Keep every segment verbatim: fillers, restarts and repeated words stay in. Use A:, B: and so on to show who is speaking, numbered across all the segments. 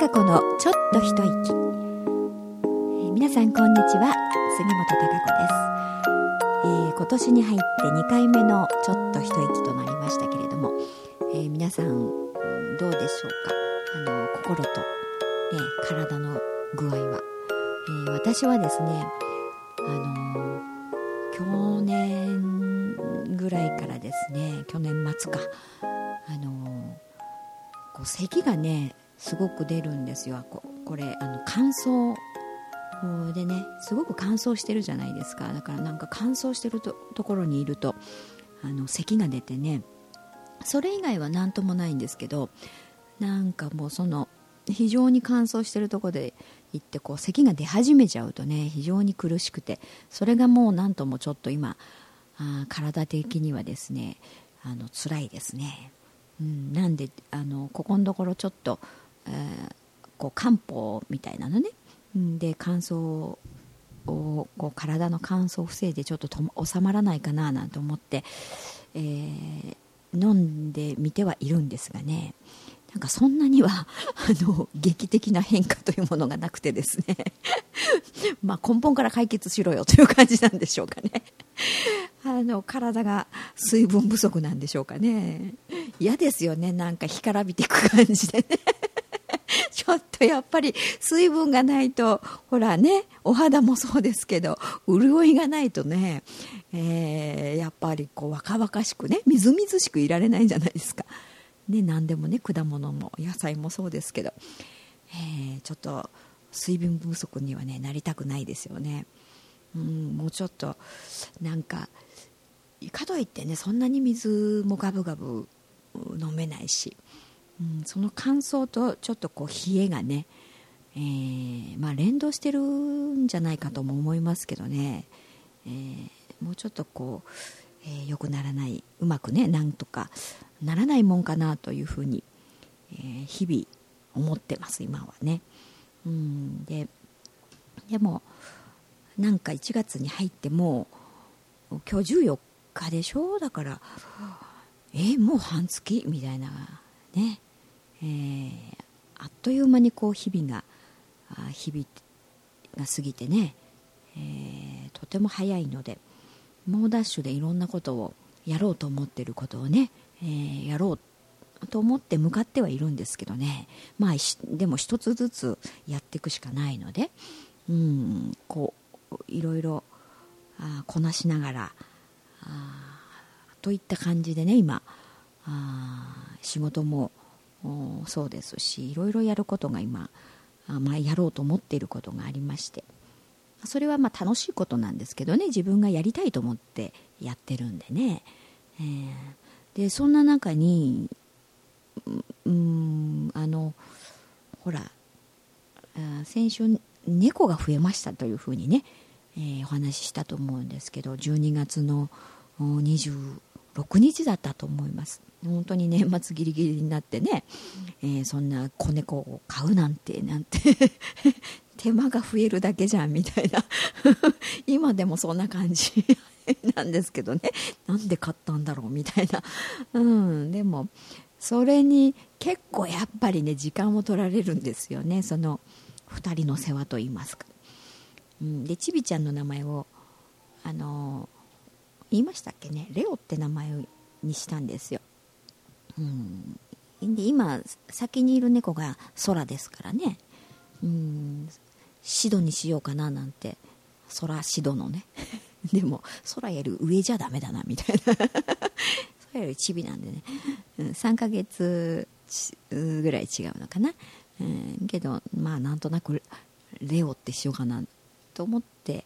A: 貴子のちょっと一息、えー、皆さんこんにちは、杉本貴子です。えー、今年に入ってにかいめのちょっと一息となりましたけれども、えー、皆さん、うん、どうでしょうか。あの心と、ね、体の具合は、えー、私はですね、あのー、去年ぐらいからですね、去年末か、あのー、こう咳がねすごく出るんですよ。こ, これあの乾燥でね、すごく乾燥してるじゃないですか。だからなんか乾燥してる と, ところにいるとあの咳が出てね、それ以外は何ともないんですけど、なんかもうその非常に乾燥してるところで行ってこう咳が出始めちゃうとね、非常に苦しくて、それがもうなんともちょっと今あ体的にはですね、あの辛いですね。うん、なんであのここのところちょっと、えー、こう漢方みたいなのね、うん、で乾燥をこう体の乾燥を防いでちょっとと収まらないかななんて思って、えー、飲んでみてはいるんですがね、なんかそんなにはあの劇的な変化というものがなくてですねまあ根本から解決しろよという感じなんでしょうかねあの体が水分不足なんでしょうかね。嫌ですよね、なんか干からびていく感じでねちょっとやっぱり水分がないと、ほらね、お肌もそうですけど潤いがないとね、えー、やっぱりこう若々しくね、みずみずしくいられないじゃないですかね。何でもね、果物も野菜もそうですけど、えー、ちょっと水分不足にはねなりたくないですよね。うん、もうちょっとなんかかといってね、そんなに水もガブガブ飲めないし、うん、その乾燥とちょっとこう冷えがね、えーまあ、連動してるんじゃないかとも思いますけどね、えー、もうちょっとこう、えー、良くならない、うまくねなんとかならないもんかなというふうに、えー、日々思ってます今はね。うん、ででもなんかいちがつに入ってもう今日じゅうよっかでしょ。だからえー、もう半月みたいなね、えー、あっという間にこう日々が日々が過ぎてね、えー、とても早いので、猛ダッシュでいろんなことをやろうと思っていることをね、えー、やろうと思って向かってはいるんですけどね、まあでも一つずつやっていくしかないので、うん、こういろいろあこなしながらあといった感じでね、今あ仕事もそうですし、いろいろやることが今あ、まあ、やろうと思っていることがありまして、それはまあ楽しいことなんですけどね、自分がやりたいと思ってやってるんでね、えー、でそんな中にうーんあのほら先週猫が増えましたというふうにね、えー、お話ししたと思うんですけど、じゅうにがつのにじゅうろくにちだったと思います。本当に年末ギリギリになってね、えー、そんな子猫を飼うなんてなんて手間が増えるだけじゃんみたいな今でもそんな感じなんですけどね、なんで買ったんだろうみたいな、うん、でもそれに結構やっぱりね時間を取られるんですよね、そのふたりの世話といいますか、うん、でちびちゃんの名前をあの言いましたっけね、レオって名前にしたんですよ。うん、で今先にいる猫が空ですからね、うん、シドにしようかななんて、空シドのねでも空より上じゃダメだなみたいな空よりチビなんでね、うん、さんかげつぐらい違うのかな、うん、けどまあなんとなくレオってしようかなと思って、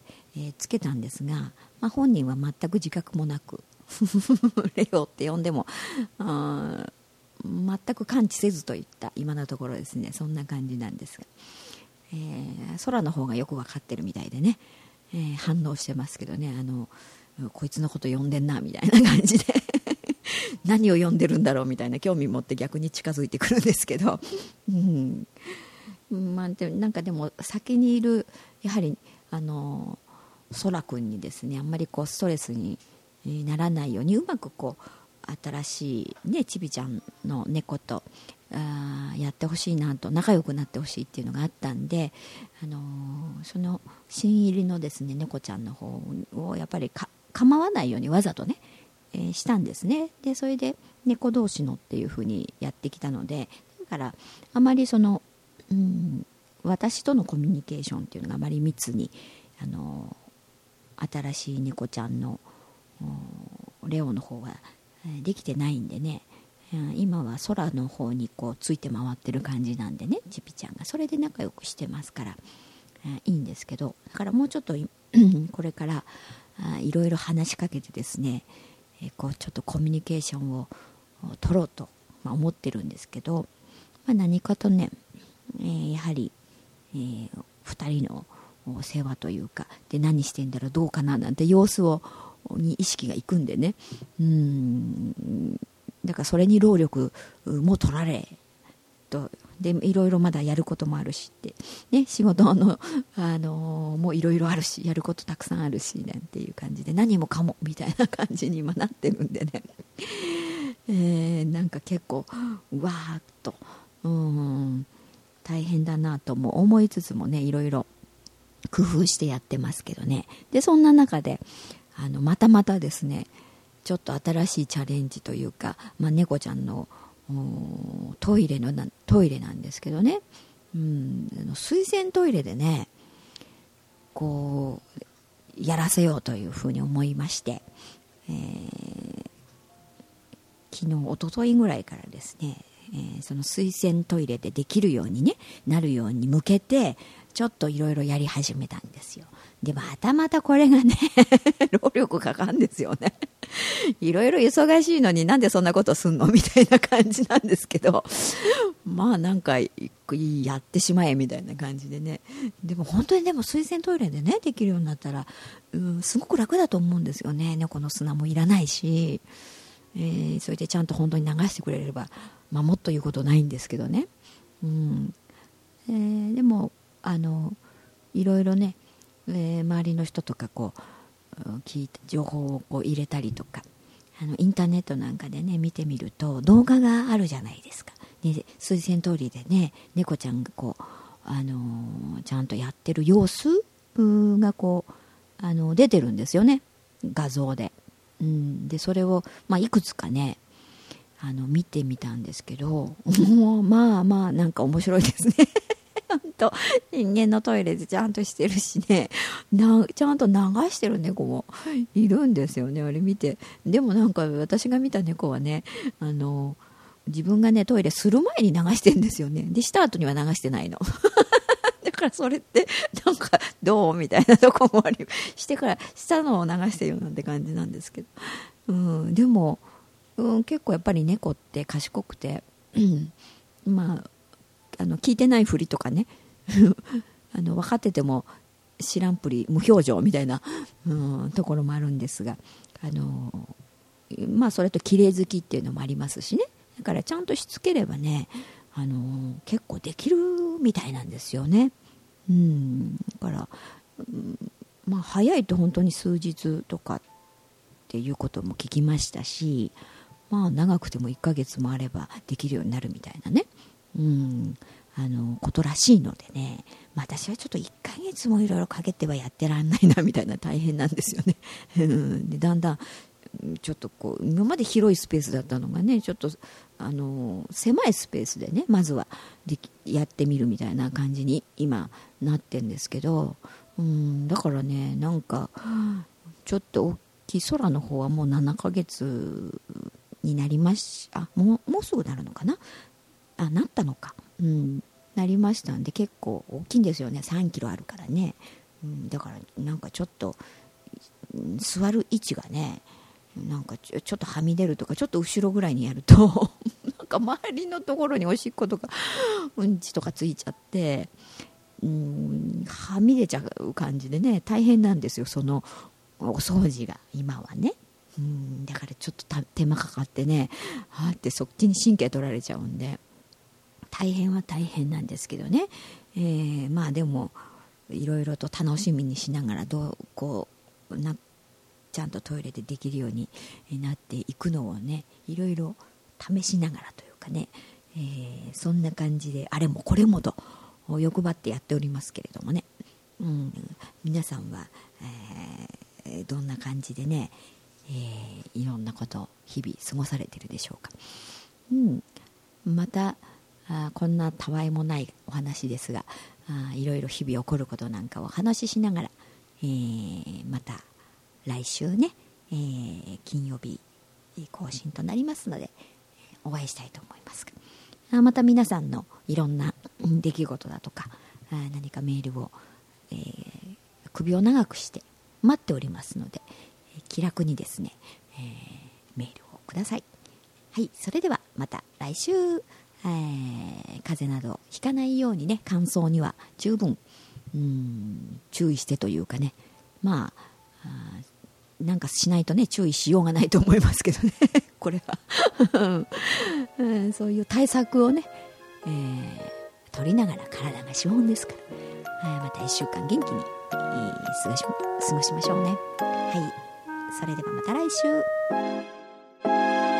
A: えー、つけたんですが、まあ、本人は全く自覚もなくレオって呼んでもあ全く感知せずといった今のところですね、そんな感じなんですが、えー、空の方がよく分かってるみたいでね、えー、反応してますけどね、あのこいつのこと呼んでんなみたいな感じで何を呼んでるんだろうみたいな興味持って逆に近づいてくるんですけど、うんまあ、でなんかでも先にいるやはりあの空くんにですね、あんまりこうストレスにならないようにうまくこう新しいねちびちゃんの猫とあやってほしいなと、仲良くなってほしいっていうのがあったんで、あのー、その新入りのですね猫ちゃんの方をやっぱりか構わないようにわざとね、えー、したんですね。でそれで猫同士のっていう風にやってきたので、だからあまりその、うん、私とのコミュニケーションっていうのがあまり密に、あのー、新しい猫ちゃんのレオの方はできてないんでね、今は空の方にこうついて回ってる感じなんでね、チピちゃんがそれで仲良くしてますから、えいいんですけど、だからもうちょっとこれからいろいろ話しかけてですね、えこうちょっとコミュニケーションを取ろうと、まあ、思ってるんですけど、まあ、何かとね、えー、やはり、えー、ふたりの世話というかで、何してんだろうどうかななんて様子をに意識がいくんでね、うーんだからそれに労力も取られと、でいろいろまだやることもあるしって、ね、仕事の、あのー、もういろいろあるし、やることたくさんあるしなんていう感じで、何もかもみたいな感じに今なってるんでね、えー、なんか結構うわーっと、うーん大変だなとも思いつつもね、いろいろ工夫してやってますけどね。でそんな中であのまたまたですね、ちょっと新しいチャレンジというか、まあ、猫ちゃんのトイレのなトイレなんですけどね、うん、水洗トイレでねこうやらせようというふうに思いまして、えー、昨日一昨日ぐらいからですね、えー、その水洗トイレでできるように、ね、なるように向けてちょっといろいろやり始めたんですよ。でまたまたこれがね労力かかるんですよね。いろいろ忙しいのになんでそんなことすんのみたいな感じなんですけど、まあなんかやってしまえみたいな感じでね。でも本当にでも水洗トイレでねできるようになったら、うん、すごく楽だと思うんですよね。猫の砂もいらないし、えー、それでちゃんと本当に流してくれれば、まあ、もっと言うことないんですけどね、うんえー、でもあのいろいろね、えー、周りの人とかこう聞いて情報をこう入れたりとか、あのインターネットなんかでね見てみると動画があるじゃないですか。で水洗トイレでね猫ちゃんがこう、あのー、ちゃんとやってる様子がこう、あの出てるんですよね、画像で、うん、でそれを、まあ、いくつかねあの見てみたんですけど、もうまあまあなんか面白いですね本当人間のトイレでちゃんとしてるしね、なちゃんと流してる猫もいるんですよね、あれ見て。でもなんか私が見た猫はね、あの自分がねトイレする前に流してるんですよね。でした後には流してないのだからそれってなんかどうみたいなとこもありしてからしたのを流してるなんて感じなんですけど、うん、でも、うん、結構やっぱり猫って賢くて、うん、まああの聞いてないふりとかねあの分かってても知らんぷり無表情みたいな、うん、ところもあるんですが、あのまあそれと綺麗好きっていうのもありますしね。だからちゃんとしつければね、あの結構できるみたいなんですよね。うん、だから、うん、まあ早いと本当に数日とかっていうことも聞きましたし、まあ長くてもいっかげつもあればできるようになるみたいなね、うん、あのことらしいのでね、まあ、私はちょっといっかげつもいろいろかけてはやってらんないなみたいな、大変なんですよねでだんだんちょっとこう今まで広いスペースだったのがね、ちょっとあの狭いスペースでねまずはできやってみるみたいな感じに今なってんですけど、うん、だからねなんかちょっと大きい空の方はもうななかげつになりましあもうもうすぐなるのかなあなったのか、うん、なりましたんで結構大きいんですよね、さんキロあるからね、うん、だからなんかちょっと座る位置がねなんかちょ、ちょっとはみ出るとかちょっと後ろぐらいにやるとなんか周りのところにおしっことかうんちとかついちゃって、うん、はみ出ちゃう感じでね大変なんですよ、そのお掃除が今はね。うん、だからちょっと手間かかってね、はーってそっちに神経取られちゃうんで大変は大変なんですけどね、えー、まあでもいろいろと楽しみにしながらどうこうなちゃんとトイレでできるようになっていくのをねいろいろ試しながらというかねえー、そんな感じであれもこれもと欲張ってやっておりますけれどもね、うん、皆さんは、えー、どんな感じでね、えー、いろんなことを日々過ごされているでしょうか。うん、またあこんなたわいもないお話ですが、あいろいろ日々起こることなんかを話ししながら、えー、また来週ね、えー、金曜日更新となりますのでお会いしたいと思いますが、また皆さんのいろんな出来事だとか何かメールを、えー、首を長くして待っておりますので、気楽にですね、えー、メールをください。はい、それではまた来週、えー、風邪などひかないようにね、乾燥には十分うーん注意してというかね、まあ、あなんかしないとね注意しようがないと思いますけどねこれは、うん、そういう対策をね、えー、取りながら体が資本ですから、またいっしゅうかん元気に、えー、過ごし、過ごしましょうね。はい、それではまた来週。